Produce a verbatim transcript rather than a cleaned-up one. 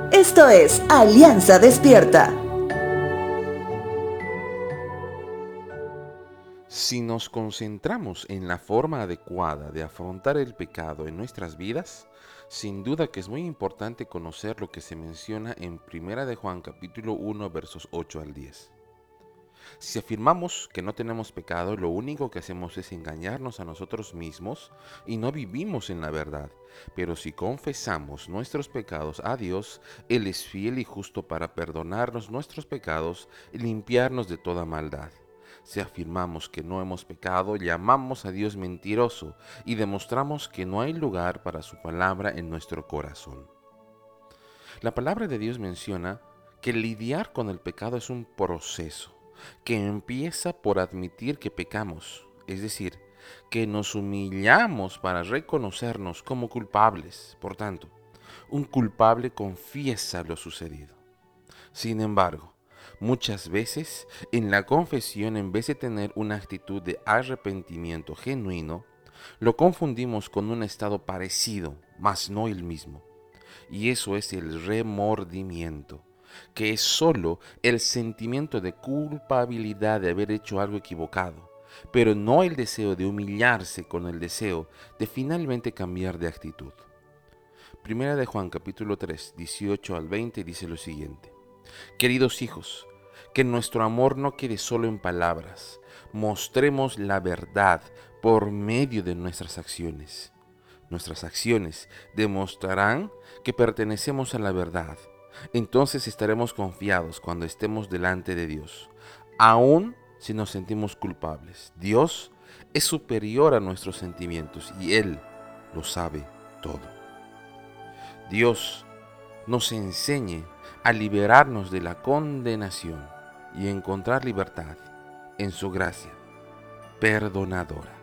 Esto es Alianza Despierta. Si nos concentramos en la forma adecuada de afrontar el pecado en nuestras vidas, sin duda que es muy importante conocer lo que se menciona en Primera de Juan capítulo uno versos ocho al diez. Si afirmamos que no tenemos pecado, lo único que hacemos es engañarnos a nosotros mismos y no vivimos en la verdad. Pero si confesamos nuestros pecados a Dios, Él es fiel y justo para perdonarnos nuestros pecados y limpiarnos de toda maldad. Si afirmamos que no hemos pecado, llamamos a Dios mentiroso y demostramos que no hay lugar para su palabra en nuestro corazón. La palabra de Dios menciona que lidiar con el pecado es un proceso que empieza por admitir que pecamos, es decir, que nos humillamos para reconocernos como culpables. Por tanto, un culpable confiesa lo sucedido. Sin embargo, muchas veces en la confesión, en vez de tener una actitud de arrepentimiento genuino, lo confundimos con un estado parecido, mas no el mismo. Y eso es el remordimiento, que es solo el sentimiento de culpabilidad de haber hecho algo equivocado, pero no el deseo de humillarse con el deseo de finalmente cambiar de actitud. Primera de Juan capítulo tres, dieciocho al veinte dice lo siguiente: Queridos hijos, que nuestro amor no quede solo en palabras, mostremos la verdad por medio de nuestras acciones. Nuestras acciones demostrarán que pertenecemos a la verdad. Entonces estaremos confiados cuando estemos delante de Dios, aun si nos sentimos culpables. Dios es superior a nuestros sentimientos y Él lo sabe todo. Dios nos enseñe a liberarnos de la condenación y encontrar libertad en su gracia perdonadora.